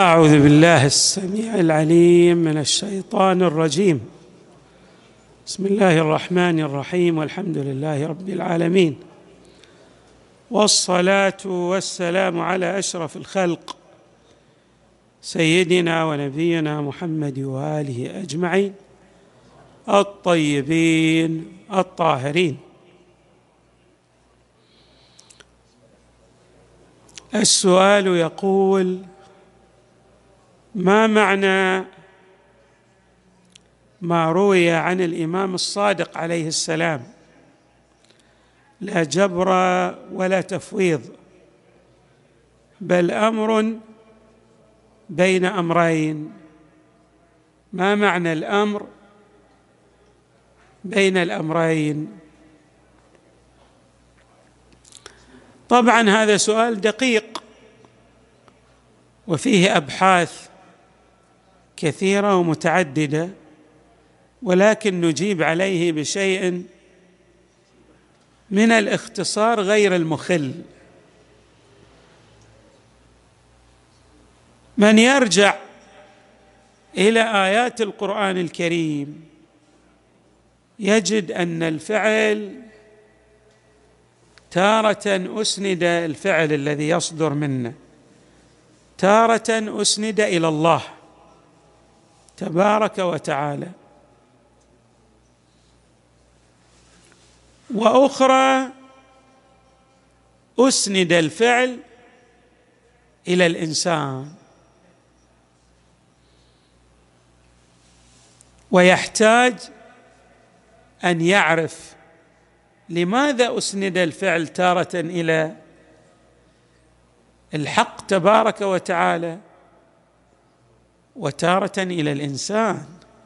أعوذ بالله السميع العليم من الشيطان الرجيم. بسم الله الرحمن الرحيم، والحمد لله رب العالمين، والصلاة والسلام على أشرف الخلق سيدنا ونبينا محمد وآله أجمعين الطيبين الطاهرين. السؤال يقول: ما معنى ما روي عن الإمام الصادق عليه السلام: لا جبر ولا تفويض، بل أمر بين أمرين؟ ما معنى الأمر بين الأمرين؟ طبعا هذا سؤال دقيق وفيه أبحاث كثيرة ومتعددة، ولكن نجيب عليه بشيء من الاختصار غير المخل. من يرجع إلى آيات القرآن الكريم يجد أن الفعل تارة أسند، الفعل الذي يصدر منه تارة أسند إلى الله تبارك وتعالى، وأخرى أسند الفعل إلى الإنسان، ويحتاج أن يعرف لماذا أسند الفعل تارة إلى الحق تبارك وتعالى وتارة إلى الإنسان.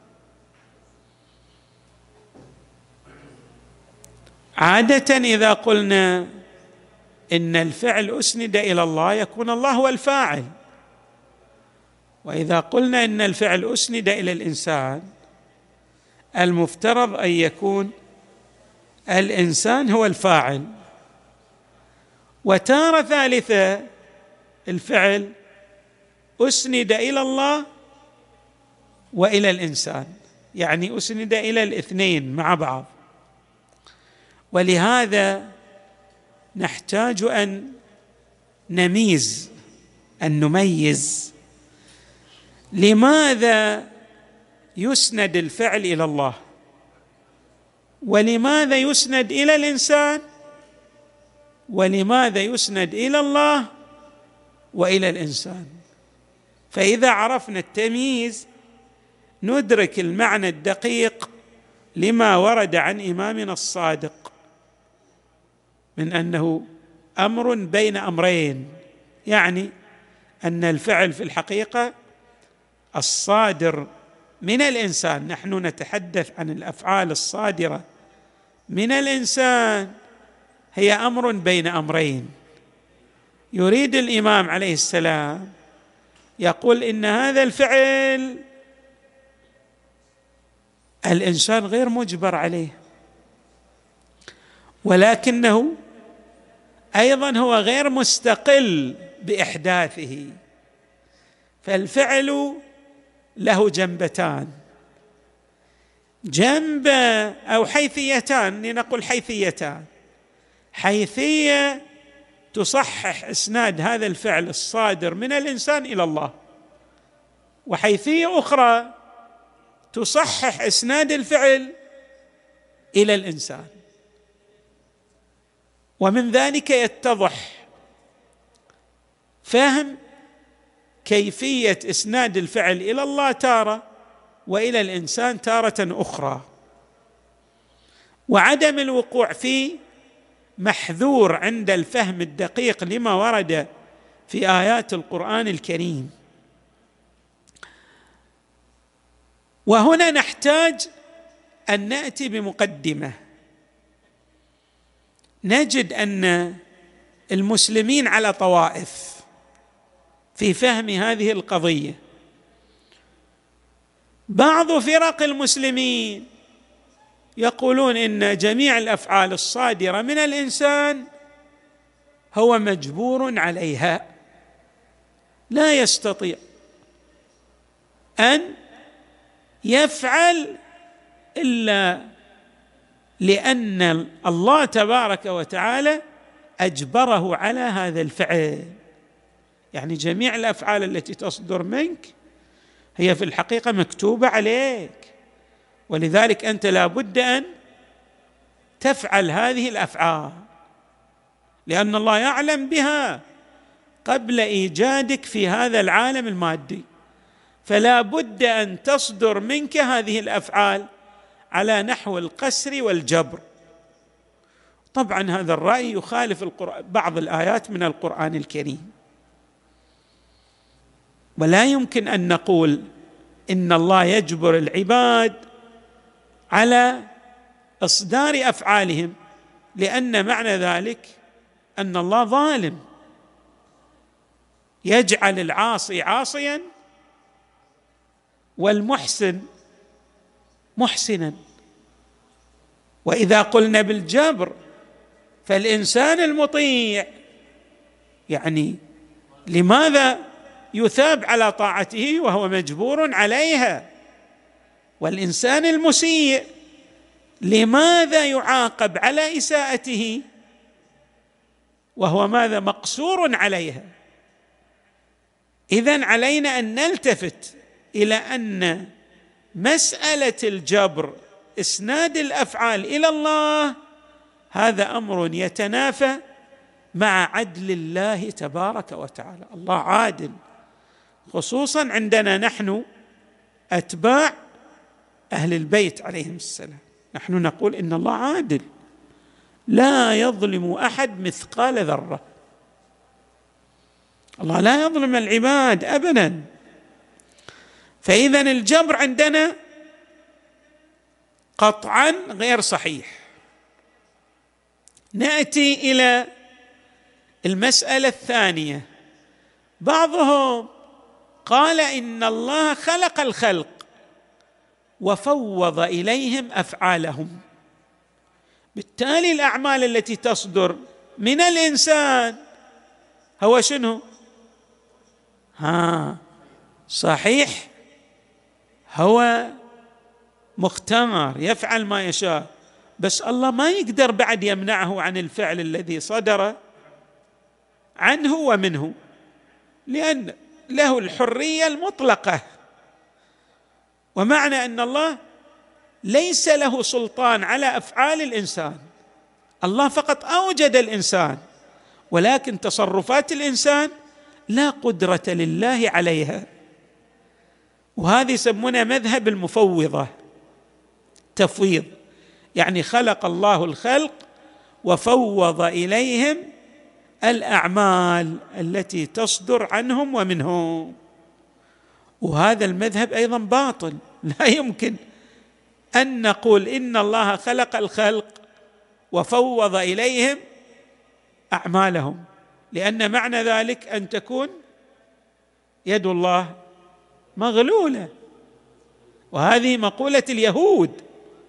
عادة إذا قلنا إن الفعل أسند إلى الله يكون الله هو الفاعل، وإذا قلنا إن الفعل أسند إلى الإنسان المفترض أن يكون الإنسان هو الفاعل. وتارة ثالثة الفعل أسند إلى الله وإلى الإنسان، يعني أسند إلى الاثنين مع بعض. ولهذا نحتاج أن نميز لماذا يسند الفعل إلى الله ولماذا يسند إلى الإنسان ولماذا يسند إلى الله وإلى الإنسان. فإذا عرفنا التمييز ندرك المعنى الدقيق لما ورد عن إمامنا الصادق من أنه أمر بين أمرين، يعني أن الفعل في الحقيقة الصادر من الإنسان، نحن نتحدث عن الأفعال الصادرة من الإنسان، هي أمر بين أمرين. يريد الإمام عليه السلام يقول إن هذا الفعل الإنسان غير مجبر عليه، ولكنه أيضا هو غير مستقل بإحداثه، فالفعل له جنبتان، جنب أو حيثيتان، لنقل حيثيتان: حيثية تصحح إسناد هذا الفعل الصادر من الإنسان إلى الله، وحيثية أخرى تصحح إسناد الفعل إلى الإنسان. ومن ذلك يتضح فهم كيفية إسناد الفعل إلى الله تارة وإلى الإنسان تارة أخرى، وعدم الوقوع في محذور عند الفهم الدقيق لما ورد في آيات القرآن الكريم. وهنا نحتاج أن نأتي بمقدمة. نجد أن المسلمين على طوائف في فهم هذه القضية. بعض فرق المسلمين يقولون إن جميع الأفعال الصادرة من الإنسان هو مجبور عليها، لا يستطيع أن يفعل إلا لأن الله تبارك وتعالى أجبره على هذا الفعل. يعني جميع الأفعال التي تصدر منك هي في الحقيقة مكتوبة عليك، ولذلك أنت لا بد أن تفعل هذه الأفعال، لأن الله يعلم بها قبل إيجادك في هذا العالم المادي، فلا بد أن تصدر منك هذه الأفعال على نحو القسر والجبر. طبعا هذا الرأي يخالف بعض الآيات من القرآن الكريم، ولا يمكن أن نقول إن الله يجبر العباد على إصدار أفعالهم، لأن معنى ذلك أن الله ظالم يجعل العاصي عاصيا والمحسن محسنا. وإذا قلنا بالجبر فالإنسان المطيع يعني لماذا يثاب على طاعته وهو مجبور عليها؟ والإنسان المسيء لماذا يعاقب على إساءته وهو ماذا مقصور عليها؟ إذن علينا أن نلتفت إلى أن مسألة الجبر إسناد الأفعال إلى الله هذا أمر يتنافى مع عدل الله تبارك وتعالى. الله عادل، خصوصا عندنا نحن أتباع أهل البيت عليهم السلام، نحن نقول إن الله عادل لا يظلم أحد مثقال ذرة. الله لا يظلم العباد أبدا. فإذن الجبر عندنا قطعا غير صحيح. نأتي إلى المسألة الثانية. بعضهم قال إن الله خلق الخلق وفوض إليهم أفعالهم، بالتالي الأعمال التي تصدر من الإنسان هو شنو؟ صحيح، هو مختار يفعل ما يشاء، بس الله ما يقدر بعد يمنعه عن الفعل الذي صدر عنه ومنه، لأن له الحرية المطلقة. ومعنى أن الله ليس له سلطان على أفعال الإنسان، الله فقط أوجد الإنسان، ولكن تصرفات الإنسان لا قدرة لله عليها. وهذه يسمونها مذهب المفوضة، تفويض، يعني خلق الله الخلق وفوض إليهم الأعمال التي تصدر عنهم ومنهم. وهذا المذهب أيضا باطل، لا يمكن أن نقول إن الله خلق الخلق وفوض إليهم أعمالهم، لأن معنى ذلك أن تكون يد الله مغلولة، وهذه مقولة اليهود،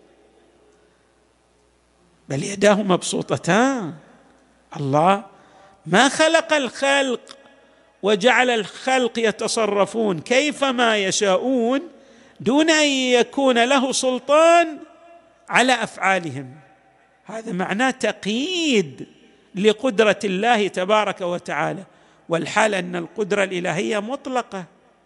بل يداه مبسوطتان. الله ما خلق الخلق وجعل الخلق يتصرفون كيفما يشاءون دون أن يكون له سلطان على أفعالهم. هذا معناه تقييد لقدرة الله تبارك وتعالى، والحال أن القدرة الإلهية مطلقة.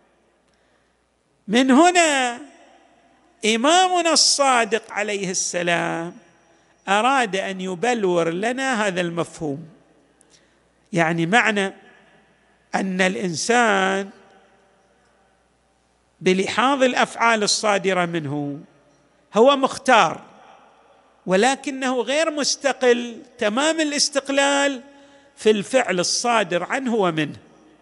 من هنا إمامنا الصادق عليه السلام أراد أن يبلور لنا هذا المفهوم، يعني معنى أن الإنسان بلحاظ الأفعال الصادرة منه هو مختار، ولكنه غير مستقل تمام الاستقلال في الفعل الصادر عنه ومنه.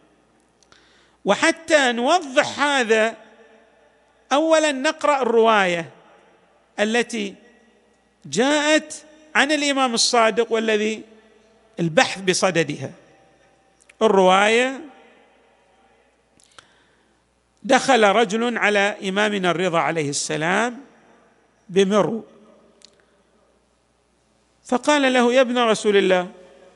وحتى نوضح هذا أولا نقرأ الرواية التي جاءت عن الإمام الصادق والذي البحث بصددها. الرواية: دخل رجل على إمامنا الرضا عليه السلام بمرو، فقال له: يا ابن رسول الله،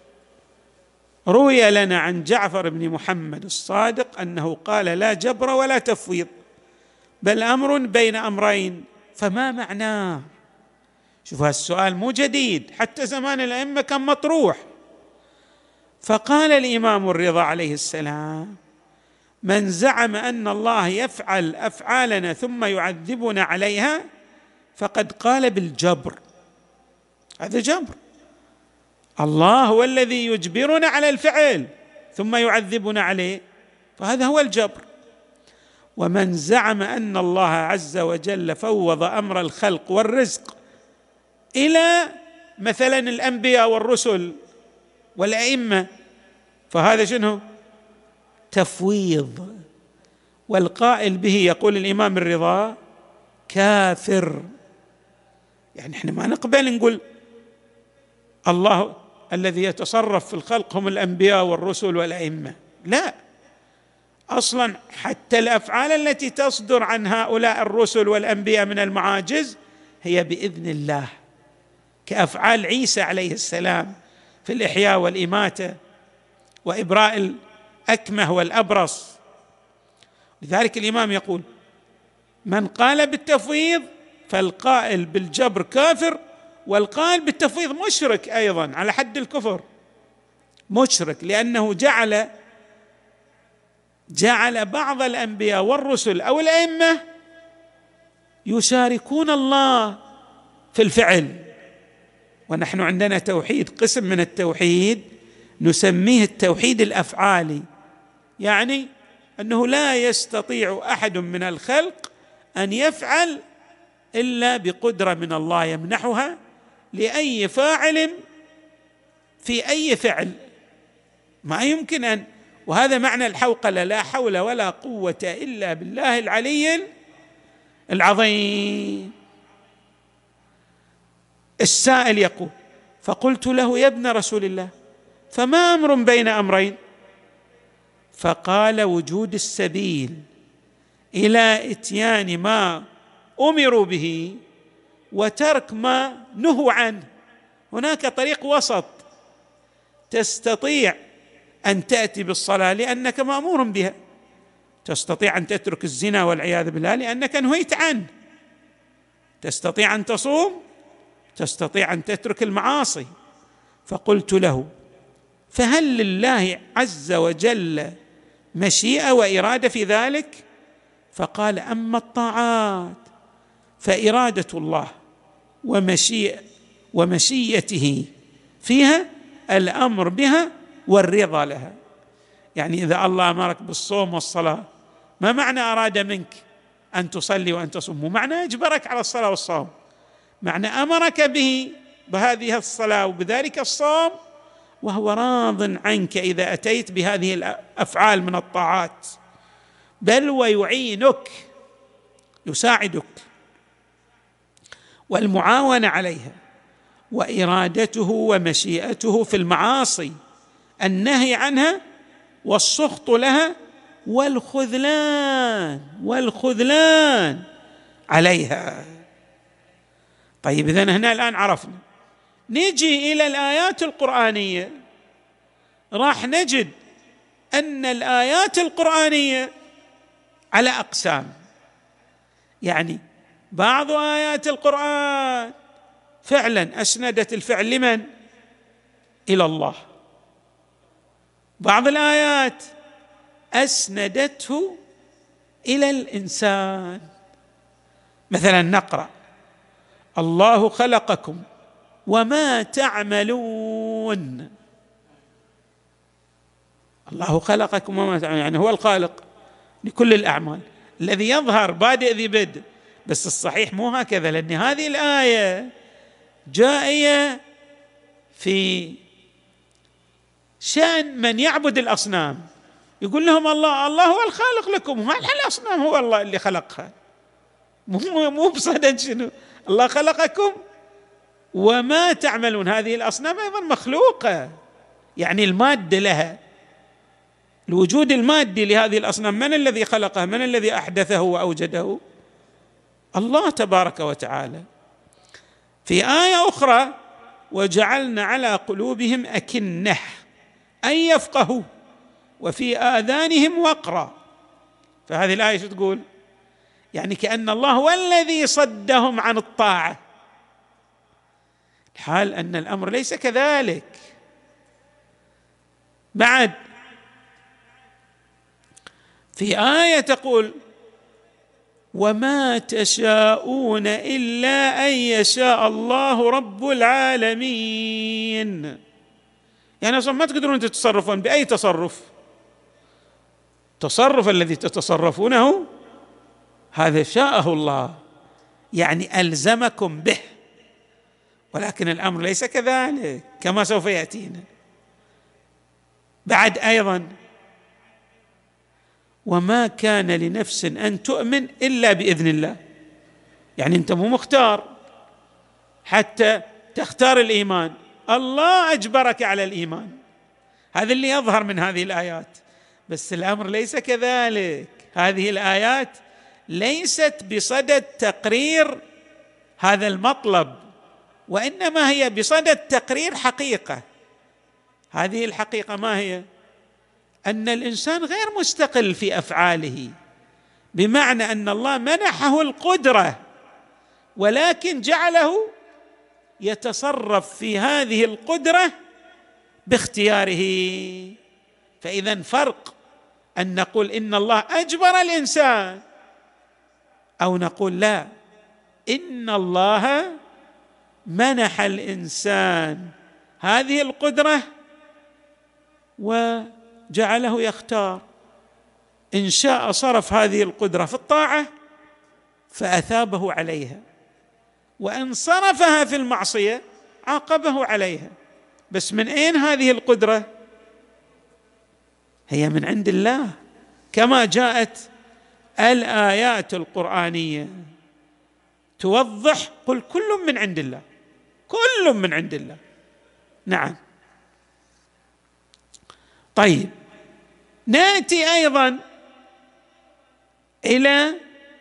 روي لنا عن جعفر بن محمد الصادق أنه قال: لا جبر ولا تفويض، بل أمر بين أمرين، فما معناه؟ شوف هالسؤال مو جديد، حتى زمان الأئمة كان مطروح. فقال الإمام الرضا عليه السلام: من زعم أن الله يفعل أفعالنا ثم يعذبنا عليها فقد قال بالجبر. هذا جبر، الله هو الذي يجبرنا على الفعل ثم يعذبنا عليه، فهذا هو الجبر. ومن زعم أن الله عز وجل فوض أمر الخلق والرزق إلى مثلا الأنبياء والرسل والأئمة، فهذا شنو؟ تفويض. والقائل به يقول الإمام الرضا كافر. يعني احنا ما نقبل نقول الله الذي يتصرف في الخلق هم الأنبياء والرسل والأئمة، لا، أصلا حتى الأفعال التي تصدر عن هؤلاء الرسل والأنبياء من المعاجز هي بإذن الله، كأفعال عيسى عليه السلام في الإحياء والإماتة وإبراء الأكمه والأبرص. لذلك الإمام يقول: من قال بالتفويض فالقائل بالجبر كافر، والقائل بالتفويض مشرك أيضا على حد الكفر، مشرك، لأنه جعل بعض الأنبياء والرسل أو الأئمة يشاركون الله في الفعل. ونحن عندنا توحيد، قسم من التوحيد نسميه التوحيد الأفعالي، يعني أنه لا يستطيع أحد من الخلق أن يفعل إلا بقدرة من الله يمنحها لأي فاعل في أي فعل، ما يمكن أن. وهذا معنى الحوقلة: لا حول ولا قوة إلا بالله العلي العظيم. السائل يقول: فقلت له: يا ابن رسول الله، فما أمر بين أمرين؟ فقال: وجود السبيل إلى إتيان ما أمروا به وترك ما نهوا عنه. هناك طريق وسط، تستطيع أن تأتي بالصلاة لأنك مأمور بها، تستطيع أن تترك الزنا والعياذ بالله لأنك نهيت عنه، تستطيع أن تصوم، تستطيع أن تترك المعاصي. فقلت له: فهل لله عز وجل مشيئة وإرادة في ذلك؟ فقال: أما الطاعات فإرادة الله ومشيئته فيها الأمر بها والرضا لها. يعني إذا الله أمرك بالصوم والصلاة، ما معنى أراد منك أن تصلي وأن تصوم؟ مو معنى أجبرك على الصلاة والصوم، معنى أمرك بهذه الصلاة وبذلك الصوم وهو راض عنك إذا أتيت بهذه الأفعال من الطاعات، بل ويعينك، يساعدك، والمعاونة عليها، وإرادته ومشيئته في المعاصي، النهي عنها والسخط لها والخذلان عليها. طيب، إذن هنا الآن عرفنا. نجي إلى الآيات القرآنية، راح نجد أن الآيات القرآنية على أقسام. يعني بعض آيات القرآن فعلا أسندت الفعل لمن؟ إلى الله. بعض الآيات أسندته إلى الإنسان. مثلا نقرأ: الله خلقكم وما تعملون. الله خلقكم وما تعملون، يعني هو الخالق لكل الأعمال، الذي يظهر بادئ ذي بدء. بس الصحيح مو هكذا، لأن هذه الآية جائية في شأن من يعبد الأصنام، يقول لهم الله هو الخالق لكم، ما الأصنام هو الله اللي خلقها، مو بصدد شنو، الله خلقكم وما تعملون. هذه الأصنام أيضا مخلوقة، يعني المادة لها، الوجود المادي لهذه الأصنام من الذي خلقها؟ من الذي أحدثه وأوجده؟ الله تبارك وتعالى. في آية أخرى: وجعلنا على قلوبهم أكنة أن يفقهوا وفي آذانهم وقرا. فهذه الآية شو تقول؟ يعني كأن الله هو الذي صدهم عن الطاعة، الحال أن الأمر ليس كذلك. بعد في آية تقول: وما تشاءون إلا أن يشاء الله رب العالمين. يعني أصلا ما تقدرون تتصرفون بأي تصرف، التصرف الذي تتصرفونه هذا شاءه الله، يعني ألزمكم به، ولكن الأمر ليس كذلك كما سوف يأتينا. بعد أيضا: وما كان لنفس أن تؤمن إلا بإذن الله. يعني أنت مو مختار حتى تختار الإيمان، الله أجبرك على الإيمان، هذا اللي يظهر من هذه الآيات. بس الأمر ليس كذلك، هذه الآيات ليست بصدد تقرير هذا المطلب، وإنما هي بصدد تقرير حقيقة. هذه الحقيقة ما هي؟ أن الإنسان غير مستقل في أفعاله، بمعنى أن الله منحه القدرة ولكن جعله يتصرف في هذه القدرة باختياره. فإذا فرق أن نقول إن الله أجبر الإنسان، أو نقول لا، إن الله منح الإنسان هذه القدرة وجعله يختار، إن شاء صرف هذه القدرة في الطاعة فأثابه عليها، وإن صرفها في المعصية عاقبه عليها. بس من أين هذه القدرة؟ هي من عند الله، كما جاءت الآيات القرآنية توضح: قل كل من عند الله، كل من عند الله. نعم. طيب، نأتي أيضا إلى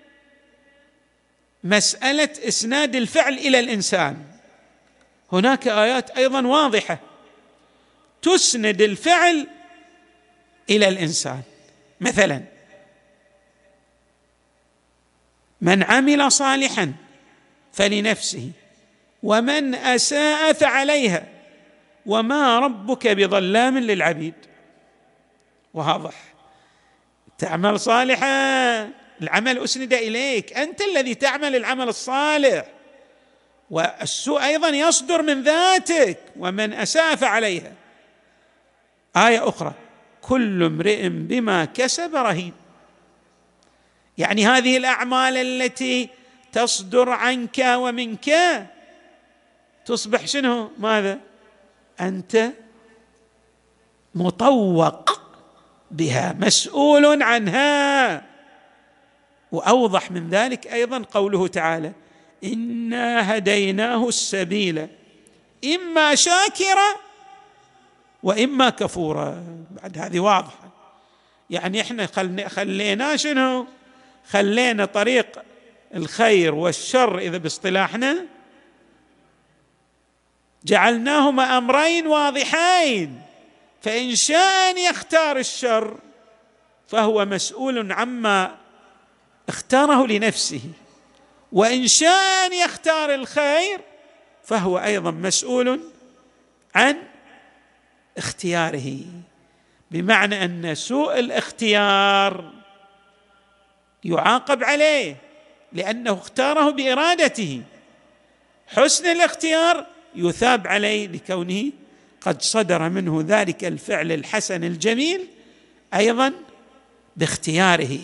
مسألة إسناد الفعل إلى الإنسان. هناك آيات أيضا واضحة تسند الفعل إلى الإنسان. مثلا: من عمل صالحا فلنفسه ومن أساء فعليها وما ربك بظلام للعبيد. واضح، تعمل صالحا، العمل أسند إليك، أنت الذي تعمل العمل الصالح، والسوء أيضا يصدر من ذاتك، ومن أساء فعليها. آية أخرى: كل امرئ بما كسب رهين. يعني هذه الأعمال التي تصدر عنك ومنك تصبح شنو؟ ماذا؟ أنت مطوق بها، مسؤول عنها. وأوضح من ذلك أيضا قوله تعالى: إنا هديناه السبيل إما شاكرا وإما كفورا. بعد هذه واضحة، يعني إحنا خلينا شنو؟ خلينا طريق الخير والشر إذا باصطلاحنا جعلناهما أمرين واضحين، فإن شاء أن يختار الشر فهو مسؤول عما اختاره لنفسه، وإن شاء أن يختار الخير فهو أيضا مسؤول عن اختياره. بمعنى أن سوء الاختيار يعاقب عليه لأنه اختاره بإرادته، حسن الاختيار يثاب عليه لكونه قد صدر منه ذلك الفعل الحسن الجميل أيضا باختياره.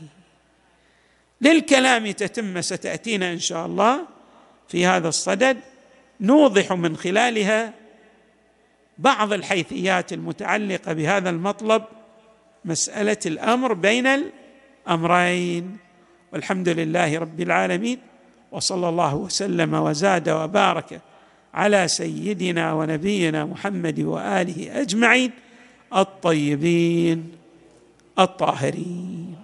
للكلام تتم ستأتينا إن شاء الله في هذا الصدد، نوضح من خلالها بعض الحيثيات المتعلقة بهذا المطلب، مسألة الأمر بين الأمرين. والحمد لله رب العالمين، وصلى الله وسلم وزاد وبارك على سيدنا ونبينا محمد وآله أجمعين الطيبين الطاهرين.